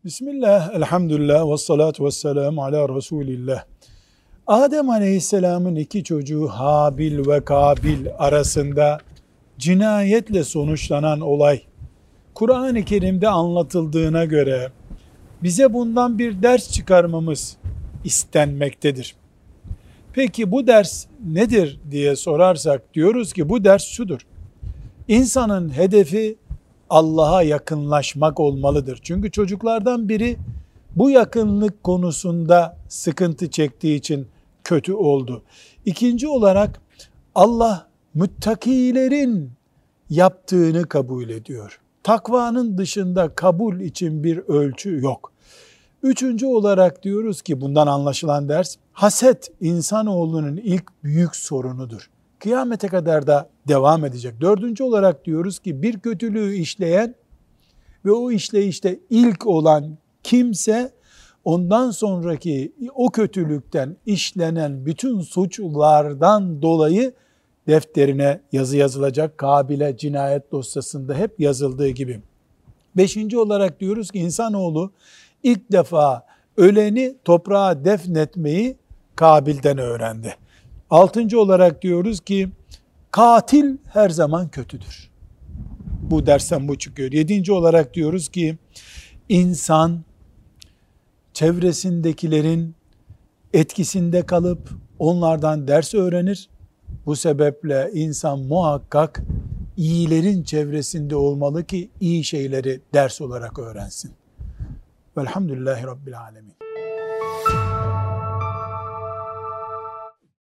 Bismillah, elhamdülillah, ve salatu ve selamu ala Resulillah. Adem Aleyhisselam'ın iki çocuğu Habil ve Kabil arasında cinayetle sonuçlanan olay, Kur'an-ı Kerim'de anlatıldığına göre bize bundan bir ders çıkarmamız istenmektedir. Peki bu ders nedir diye sorarsak diyoruz ki bu ders şudur: İnsanın hedefi Allah'a yakınlaşmak olmalıdır. Çünkü çocuklardan biri bu yakınlık konusunda sıkıntı çektiği için kötü oldu. İkinci olarak Allah müttakilerin yaptığını kabul ediyor. Takvanın dışında kabul için bir ölçü yok. Üçüncü olarak diyoruz ki bundan anlaşılan ders, haset insanoğlunun ilk büyük sorunudur. Kıyamete kadar da devam edecek. Dördüncü olarak diyoruz ki bir kötülüğü işleyen ve o işleyişte ilk olan kimse ondan sonraki o kötülükten işlenen bütün suçlardan dolayı defterine yazı yazılacak. Kabil'e cinayet dosyasında hep yazıldığı gibi. Beşinci olarak diyoruz ki insanoğlu ilk defa öleni toprağa defnetmeyi Kabil'den öğrendi. Altıncı olarak diyoruz ki katil her zaman kötüdür. Bu dersten bu çıkıyor. Yedinci olarak diyoruz ki insan çevresindekilerin etkisinde kalıp onlardan ders öğrenir. Bu sebeple insan muhakkak iyilerin çevresinde olmalı ki iyi şeyleri ders olarak öğrensin. Velhamdülillahi Rabbil Alemin.